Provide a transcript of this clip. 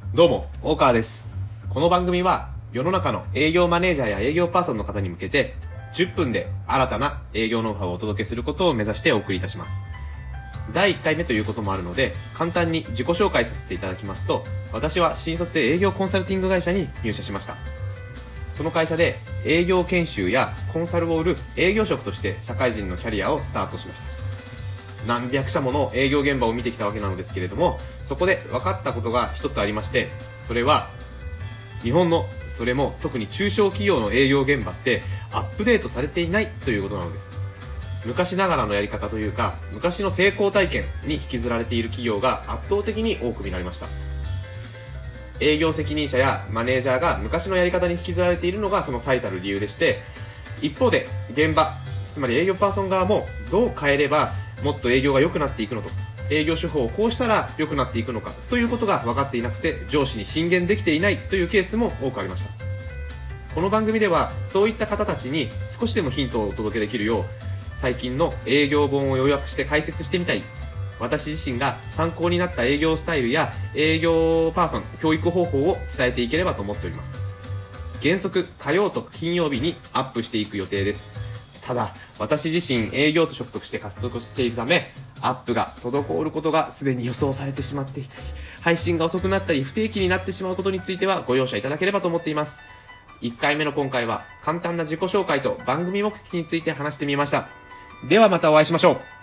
どうも、大川です。この番組は世の中の営業マネージャーや営業パーソンの方に向けて10分で新たな営業ノウハウをお届けすることを目指してお送りいたします。第1回目ということもあるので、簡単に自己紹介させていただきますと、私は新卒で営業コンサルティング会社に入社しました。その会社で営業研修やコンサルを売る営業職として社会人のキャリアをスタートしました。何百社もの営業現場を見てきたわけなのですけれども、そこで分かったことが一つありまして、それは日本の、それも特に中小企業の営業現場ってアップデートされていないということなのです。昔ながらのやり方というか、昔の成功体験に引きずられている企業が圧倒的に多く見られました。営業責任者やマネージャーが昔のやり方に引きずられているのがその最たる理由でして、一方で現場、つまり営業パーソン側もどう変えればもっと営業が良くなっていくのと、営業手法をこうしたら良くなっていくのかということが分かっていなくて、上司に進言できていないというケースも多くありました。この番組ではそういった方たちに少しでもヒントをお届けできるよう、最近の営業本を要約して解説してみたり、私自身が参考になった営業スタイルや営業パーソン教育方法を伝えていければと思っております。原則火曜と金曜日にアップしていく予定です。ただ、私自身営業職として活動しているため、アップが滞ることがすでに予想されてしまっていたり、配信が遅くなったり不定期になってしまうことについてはご容赦いただければと思っています。1回目の今回は簡単な自己紹介と番組目的について話してみました。ではまたお会いしましょう。